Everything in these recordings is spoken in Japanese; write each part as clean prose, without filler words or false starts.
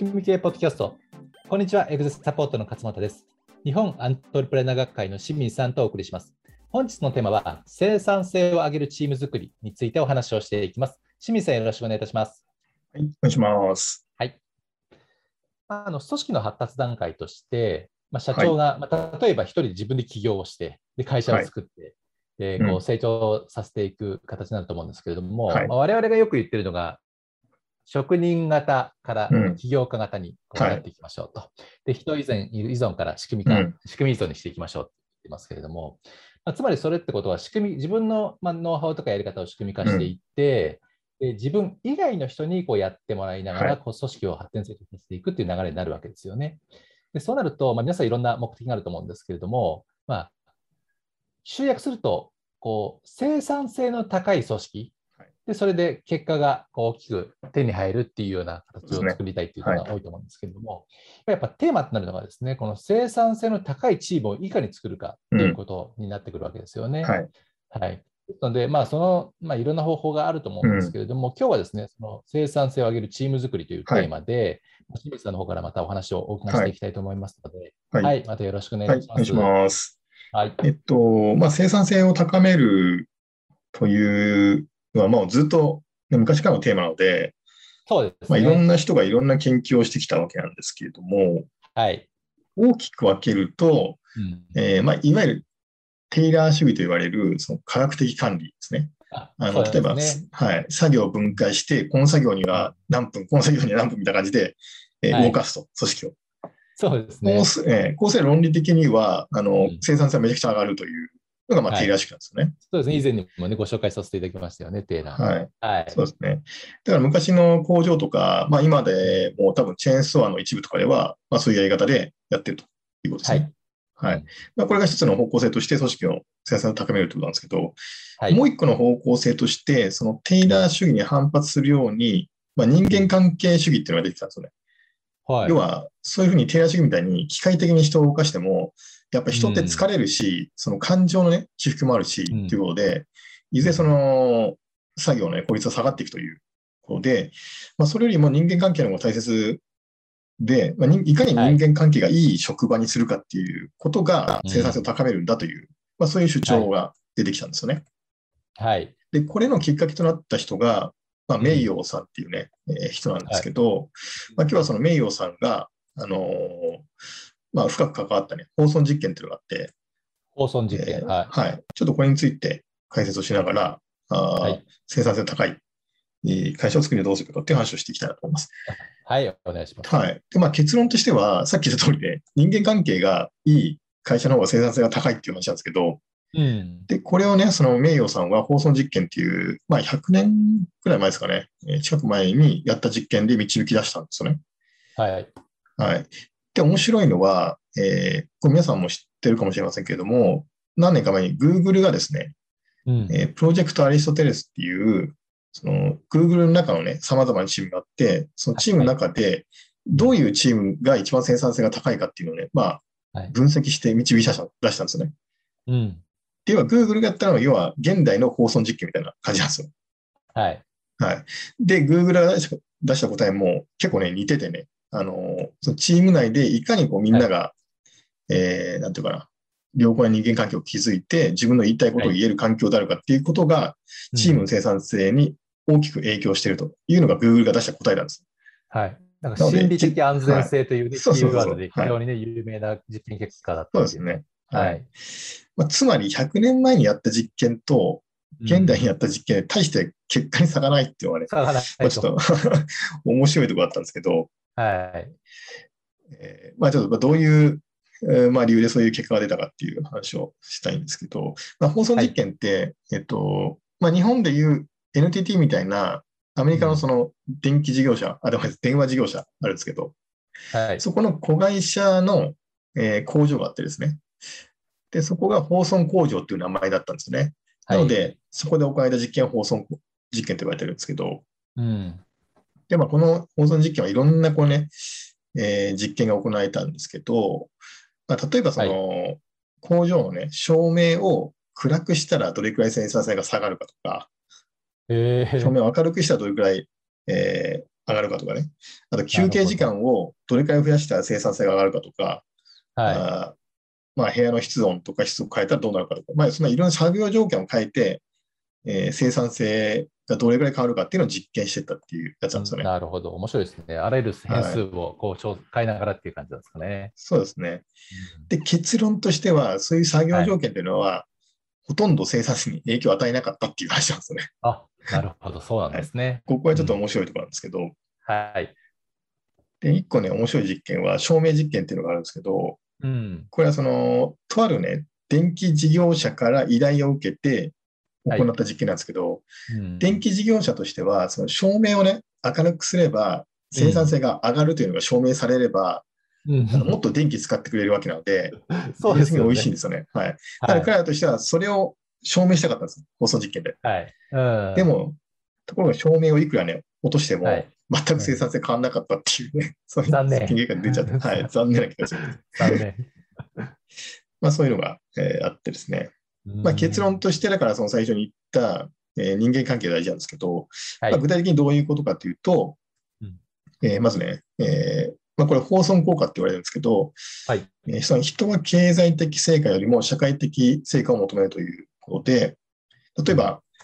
組み系ポッドキャスト。こんにちは、エグゼサポートの勝俣です。日本アントレプレナー学会の清水さんとお送りします。本日のテーマは、生産性を上げるチーム作りについてお話をしていきます。清水さん、よろしくお願いいたします。 はい、お願いします。 はい。組織の発達段階として、社長が、例えば一人で自分で起業をして、で会社を作って、こう成長させていく形になると思うんですけれども、我々がよく言っているのが、職人型から起業家型にこうなっていきましょうと。で、人依存から仕組み依存にしていきましょうって言ってますけれども、つまりそれってことは自分のノウハウとかやり方を仕組み化していって、で自分以外の人にこうやってもらいながら、こう組織を発展成長させていくっていう流れになるわけですよね。でそうなると、皆さんいろんな目的があると思うんですけれども、集約すると、こう生産性の高い組織、でそれで結果がこう大きく手に入るっていうような形を作りたいっていうのが多いと思うんですけれども、やっぱテーマとなるのがですね、この生産性の高いチームをいかに作るかっていうことになってくるわけですよね。はい。ですので、いろんな方法があると思うんですけれども、今日はですね、その生産性を上げるチーム作りというテーマで、清水さんの方からまたお話をお伺いしていきたいと思いますので、はい、またよろしくお願いします。 お願いします。生産性を高めるというのは、もうずっと昔からのテーマなので、 そうですね。 いろんな人がいろんな研究をしてきたわけなんですけれども、大きく分けると、いわゆるテイラー主義と言われるその科学的管理ですね。例えば、作業を分解して、この作業には何分、この作業には何分みたいな感じで、動かすと、組織を。 そうですね。 こうすれば論理的には生産性はめちゃくちゃ上がるというのが、テイラー式なんですよね。 そうですね。以前にもね、ご紹介させていただきましたよね、テイラー。そうですね。だから昔の工場とか、今でも多分チェーンストアの一部とかでは、そういうやり方でやってるということですね。これが一つの方向性として組織の生産性を高めるということなんですけど、もう一個の方向性として、そのテイラー主義に反発するように、人間関係主義っていうのが出てきたんですよね。要は、そういうふうにテイラー主義みたいに機械的に人を動かしても、やっぱり人って疲れるし、その感情のね、起伏もあるし、ということで、いずれその作業のね、効率が下がっていくということで、それよりも人間関係の方が大切で、いかに人間関係がいい職場にするかっていうことが生産性を高めるんだという、そういう主張が出てきたんですよね。で、これのきっかけとなった人が、名誉さんっていうね、人なんですけど、今日はその名誉さんが、深く関わったね、放送実験っていうのがあって、 放送実験、 ちょっとこれについて解説をしながら、生産性高い会社を作るにはどうするかっていう話をしていきたいなと思います。 お願いします。 で、結論としては、さっき言った通りで、人間関係がいい会社の方が生産性が高いっていう話なんですけど、で、これをね、その名誉さんは放送実験っていう、100年くらい前ですかね、近く前にやった実験で導き出したんですよね。で、面白いのは、これ皆さんも知ってるかもしれませんけれども、何年か前に Google がですね、プロジェクトアリストテレスっていう、その Google の中のね、様々なチームがあって、そのチームの中で、どういうチームが一番生産性が高いかっていうのをね、分析して導き出したんですよね。で、Google がやったのは、要は現代の放送実験みたいな感じなんですよ。で、Google が出した答えも結構ね、似ててね、そのチーム内でいかにこうみんなが、なんていうかな、良好な人間関係を築いて、自分の言いたいことを言える環境であるかっていうことが、チームの生産性に大きく影響しているというのが Google が出した答えなんです。 なんか心理的安全性という、キーワードで非常にね、有名な実験結果だったっていう。 そうですね。つまり100年前にやった実験と、現代にやった実験で大して結果に差がないっていうのはね、ちょっと面白いところだったんですけど、ちょっとどういう理由でそういう結果が出たかっていう話をしたいんですけど、放送実験って、日本でいう NTT みたいなアメリカのその電気事業者、電話事業者あるんですけど、そこの子会社の、工場があってですね、で、そこが放送工場っていう名前だったんですね。なので、そこで行われた実験は放送実験と言われてるんですけど、で、この放送実験はいろんなこうね、実験が行われたんですけど、例えばその、工場のね、照明を暗くしたらどれくらい生産性が下がるかとか、照明を明るくしたらどれくらい、上上がるかとかね。あと休憩時なるほど。 間をどれくらい増やしたら生産性が上がるかとか、 はい。 あまあ部屋の室温とか湿度を変えたらどうなるかとか、まあそんないろんな作業条件を変えて、生産性がどれくらい変わるかっていうのを実験していったっていうやつなんですよね。 なるほど。面白いですね。あらゆる変はい。 数をこう変えながらっていう感じなんですかね。 そうですね。 うん、 で、結論としては、そういう作業はい。 条件というのは、ほとんど生産性に影響を与えなかったっていう話なんですよね。 あ、なるほど。そうなんはい。 ですね。 ここはちょっとうん。 面白いところなんですけど、 はい。 で、一個ね、面白い実験は、証明実験っていうのがあるんですけど、 うん。 これはとあるね、電気事業者から依頼を受けてはい。 行った実験なんですけど、 うん。 電気事業者としては、その照明をね、明るくすれば、 うん。 生産性が上がるというのが証明されれば、 うん。 もっと電気使ってくれるわけなので、 そうで実質的に美味しいんすよね。 ですよね。はい。なので、 はい。 彼らとしては、それを証明したかったんです。放送実験で。 はい。うん。 でも、ところが照明をいくらね、落としても、 はい。 全くうん。 生産性変わらなかったっていうね、そういう残念。 実験結果が出ちゃって、はい、残念な気がするんです。 残念。 まあ、そういうのが、あってですね。 うまあ、結論ん。 として、だからその最初に言った、人間関係大事なんですけど、まあ、 はい。 具体的にどういうことかというと、 うん。 まずね、まあ、これ、放損効果って言われるんですけど、 はい。 その人は経済的成果よりも社会的成果を求めるということで、 うん。 例えば、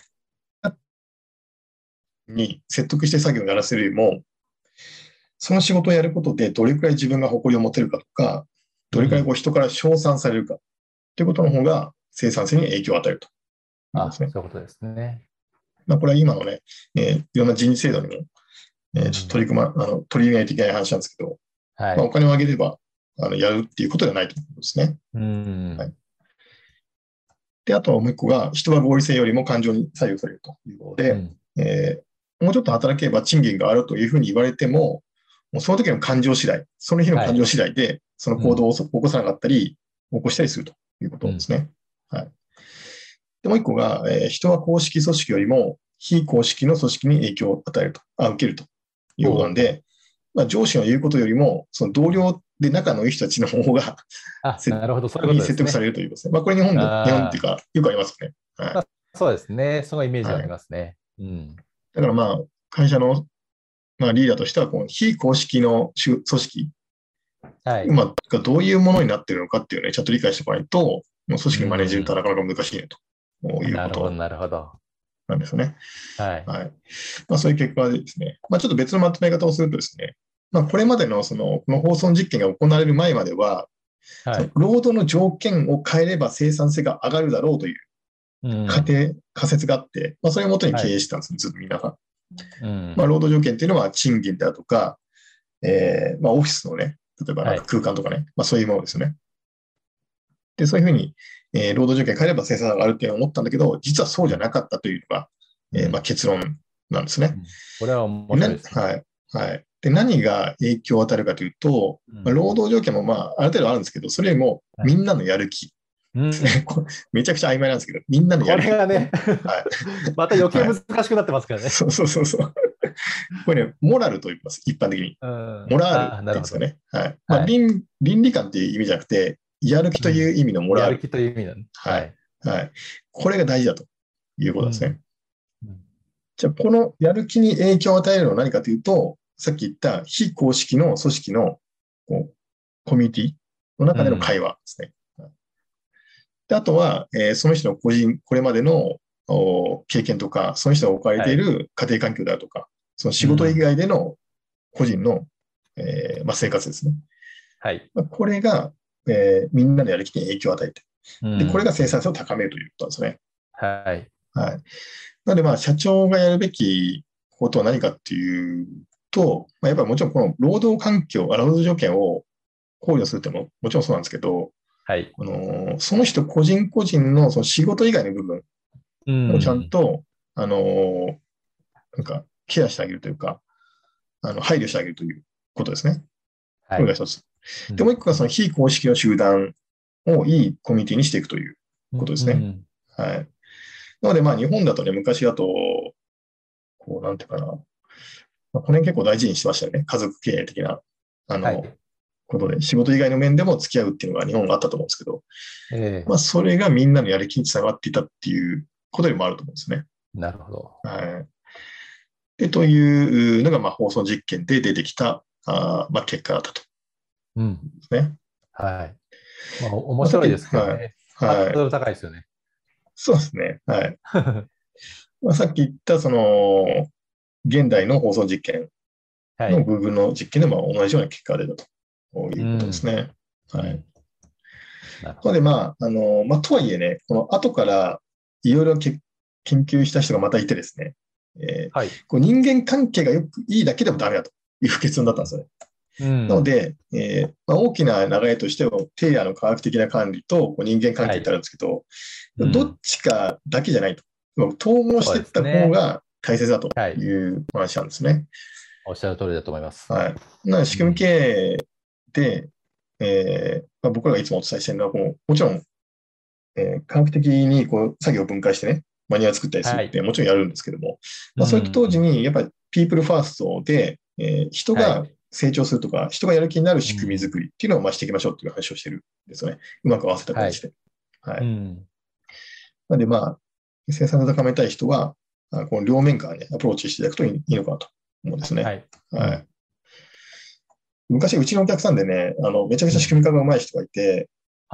に説得して作業をやらせるよりも、その仕事をやることでどれくらい自分が誇りを持てるかとか、どれくらいうん。 こう人から称賛されるかということの方が生産性に影響を与えるということであ、 すね。 そういうことですね。 まあ、これは今のね、いろんな人事制度にも、ちょっとうん。 取り入れないといけない話なんですけど、まあ、おはい。 金を上げればやるっていうことではないということですね。 うはい。 ん。 で、あとはもう一個が、人は合理性よりも感情に左右されるということで、 うん。 もうちょっと働けば賃金があるというふうに言われても、もうその時の感情次第、その日のはい。 感情次第で、そのうん。 行動を起こさなかったり、起こしたりするということうん。 ですね。はい。で、もう一個が、人は公式組織よりも非公式の組織に影響を与えると、受けるということなんおお。 で、まあ、上司の言うことよりも、その同僚で仲のいい人たちの方があ、なるほど。そういうこに説得さとですね。 れるということですね。まあ、これ日本っていうあか、よくありますよね。はあ、まい。 あ、そうですね。そのイメージはありはい。 ますね。うん。 だからまあ、会社の、まあ、リーダーとしては、この非公式の組織、 はい。 まあ、がどういうものになっているのかっていうね、ちゃんと理解しておかないと、もう組う織のマネジメントはん。 なかなか難しいねというなるほど、 ことなるほど。 なんですよね。 はい。 はい。まあ、そういう結果でですね、まあ、ちょっと別のまとめ方をするとですね、まあ、これまでのこの放送実験が行われる前までは、 はい。 労働の条件を変えれば生産性が上がるだろうといううん。 仮説があって、まあ、それをもとに経はい。 営してたんですね、ずっと皆さん。まあ、 うん。 労働条件っていうのは賃金であるとか、まあ、オフィスのね、例えばなんかはい。 空間とかね、まあ、そういうものですよね。で、そういうふうに、労働条件変えれば生産が上がるっていうのを思ったんだけど、実はそうじゃうん。 なかったというのが、まあ、 うん。 結論なんですね。 うん。これは面で、 白いですね。 はい。はい。で、何が影響を与えるかというと、まあ、 うん。 労働条件もまあ、ある程度あるんですけど、それよりもはい。 みんなのやる気ですね。 うん。 これめちゃくちゃ曖昧なんですけど、みんなのやこる気。 れがねはい。 また余計難はい。 しくなってますからね。 そうそうそうそう。これね、モラルと言います。一般的に。 うん。 モラールってああ、なるほど。 言うんですよね。はい。まあ、 はい。 倫理観っていう意味じゃなくて、やる気といううん。 意味のモラール。 やる気という意味だね。 はい。 はい。 はい。これが大事だということですね。 うん。うん。 じゃあ、このやる気に影響を与えるのは何かというと、さっき言った非公式の組織のこうコミュニティの中での会うん。 話ですね。で、あとは、その人のこれまでの経験とか、その人が置かれていはい。 る家庭環境であるとか、その仕事以うん。 外での個人の、まあ、生活ですね。 はい。 まあ、これが、みんなのやる気に影響を与えて、で、これがうん。 生産性を高めるということなんですね。 はい。 はい。なので、まあ、社長がやるべきことは何かっていうと、まあ、やっぱりもちろんこの労働環境、労働条件を考慮するってももちろんそうなんですけど、 はい。 その人個人個人のその仕事以外の部分うをちゃんん。 と、なんかケアしてあげるというか、配慮してあげるということですね。 はい。 これが一つ。で、もううん。 一個がその非公式の集団をいいコミュニティにしていくといううことですね。 ん。 はい。なので、まあ、日本だとね、昔だと、こう、なんていうかな、まあ、この辺結構大事にしてましたよね。家族経営的な、 はい。 ことで、仕事以外の面でも付き合うっていうのが日本はあったと思うんですけど、 ええ、 まあ、それがみんなのやる気につながっていたっていうことでもあると思うんですね。 なるほど。 はい。 というのが、放送実験で出てきた、結果だったと。ですね。 はい。面白いですけどね。ハードル高いですよね。 そうですね。はい。さっき言った、現代の放送実験の Google の実験でも同じような結果が出たということですね。はい。なので、とはいえね、この後からいろいろ研究した人がまたいてですね、人間関係がよくいいだけでもダメだという結論だったんですよね。なので、大きな流れとしては、テイラーの科学的な管理と人間関係ってあるんですけど、どっちかだけじゃないと。統合していった方が大切だという話なんですね。 おっしゃる通りだと思います。 はい。なので、仕組み経営で、僕らがいつもお伝えしているのは、もちろん、科学的に作業を分解してね、マニュアル作ったりするってもちろんやるんですけども、そういった当時に、やっぱりピープルファーストで、人が成長するとか、人がやる気になる仕組み作りっていうのをしていきましょうっていう話をしてるんですよね。うまく合わせた形で。はい。なので、生産性を高めたい人は、この両面からね、アプローチしていただくといいのかなと思うんですね。はい。昔、うちのお客さんでね、めちゃくちゃ仕組み化が上手い人がいて、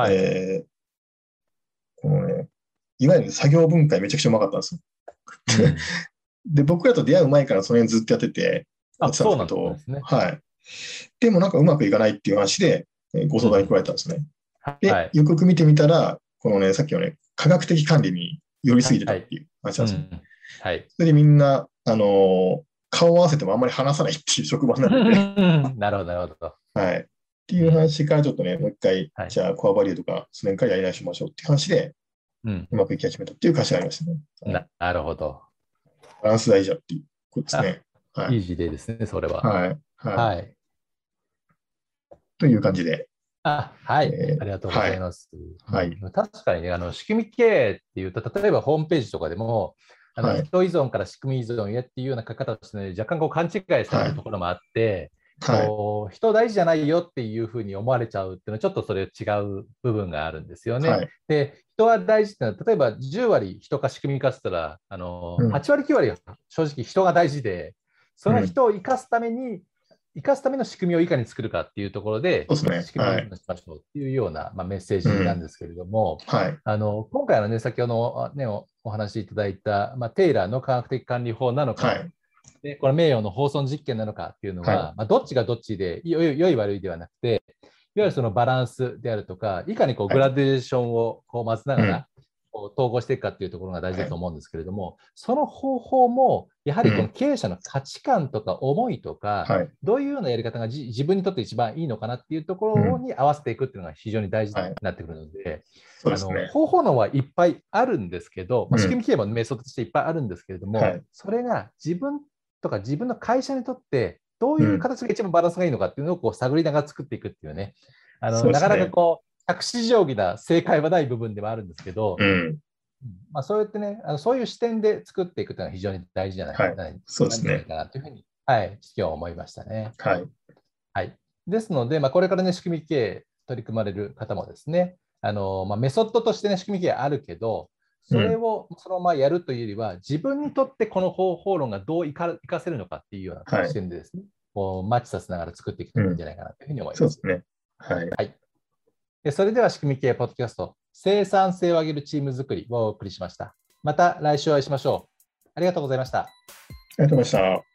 このね、いわゆる作業分解めちゃくちゃうまかったんですよ。で、僕らと出会う前からその辺ずっとやってて、やってたんですけど、はい。でもなんかうまくいかないっていう話で、ご相談に来られたんですね。で、よくよく見てみたら、このね、さっきのね、科学的管理に寄りすぎてたっていう話なんですよ。それでみんな、顔を合わせてもあんまり話さないっていう職場になってて。 なるほど、なるほど。 はい。っていう話からちょっとね、もう一回、じゃあコアバリューとか、その辺からやり直しましょうっていう話で、うまくいき始めたっていう歌詞がありましたね。 なるほど。 バランス大事だっていうことですね。 いい事例ですね、それは。 はい。という感じで。 はい。ありがとうございます。確かにね、仕組み経営っていうと、例えばホームページとかでも、人依存から仕組み依存へっていうような書き方として、ね、若干勘違いされるところもあって、人大事じゃないよっていうふうに思われちゃうっていうのは、ちょっとそれ違う部分があるんですよね。で、人は大事っていうのは、例えば10割人か仕組み化したら、8割、9割は正直人が大事で、その人を生かすための仕組みをいかに作るかっていうところで、仕組みをしましょうっていうような、メッセージなんですけれども、今回のね、先ほどね、お話しいただいた、テイラーの科学的管理法なのか、でこれ名誉の放送実験なのかっていうのは、どっちがどっちで良い悪いではなくて、いわゆるそのバランスであるとか、いかにグラデーションを混ぜながら、統合していくかっていうところが大事だと思うんですけれども、その方法もやはりこの経営者の価値観とか思いとか、どういうようなやり方が自分にとって一番いいのかなっていうところに合わせていくっていうのが非常に大事になってくるので、方法論はいっぱいあるんですけど、仕組み経営もメソッドとしていっぱいあるんですけれども、それが自分とか自分の会社にとってどういう形が一番バランスがいいのかっていうのを探りながら作っていくっていうね、なかなか百試定規な正解はない部分ではあるんですけど、そうやってね、そういう視点で作っていくというのは非常に大事じゃないかなというふうに、今日は思いましたね。ですので、これからね、仕組み経営取り組まれる方もですね、メソッドとしてね、仕組み経営あるけど、それをそのままやるというよりは、自分にとってこの方法論がどう活かせるのかっていうような視点でですね、マッチさせながら作っていくといいんじゃないかなというふうに思います。 そうですね。 それでは仕組み経営ポッドキャスト、生産性を上げるチーム作りをお送りしました。また来週お会いしましょう。ありがとうございました。 ありがとうございました。